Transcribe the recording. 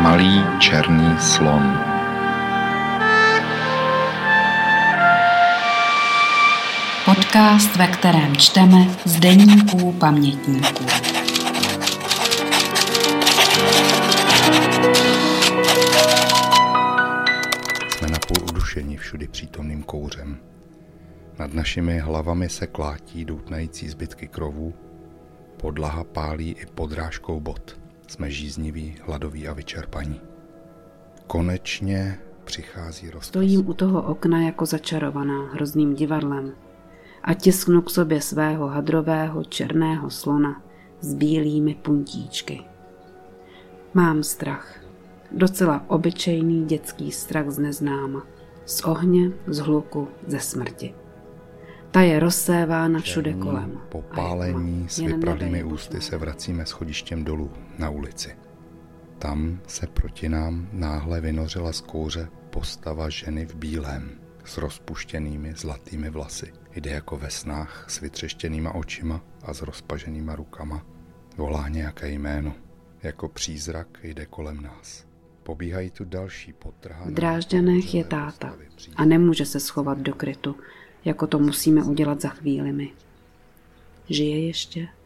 Malý černý slon. Podcast, ve kterém čteme z deníků pamětníků. Jsme napůl udušeni všudy přítomným kouřem. Nad našimi hlavami se klátí doutnající zbytky krovů, podlaha pálí i podrážkou bot. Jsme žízniví, hladoví a vyčerpaní. Konečně přichází rozkaz. Stojím u toho okna jako začarovaná hrozným divadlem a tisknu k sobě svého hadrového černého slona s bílými puntíčky. Mám strach. Docela obyčejný dětský strach z neznáma. Z ohně, z hluku, ze smrti. Ta je rozsévána všude kolem. Popálení s vypradlými ústy se vracíme schodištěm dolů na ulici. Tam se proti nám náhle vynořila z kouře postava ženy v bílém s rozpuštěnými zlatými vlasy. Jde jako ve snách s vytřeštěnýma očima a s rozpaženýma rukama. Volá nějaké jméno. Jako přízrak jde kolem nás. Pobíhají tu další potrhané. V Drážďanech je táta a nemůže se schovat do krytu, jako to musíme udělat za chvíli my. Žije ještě?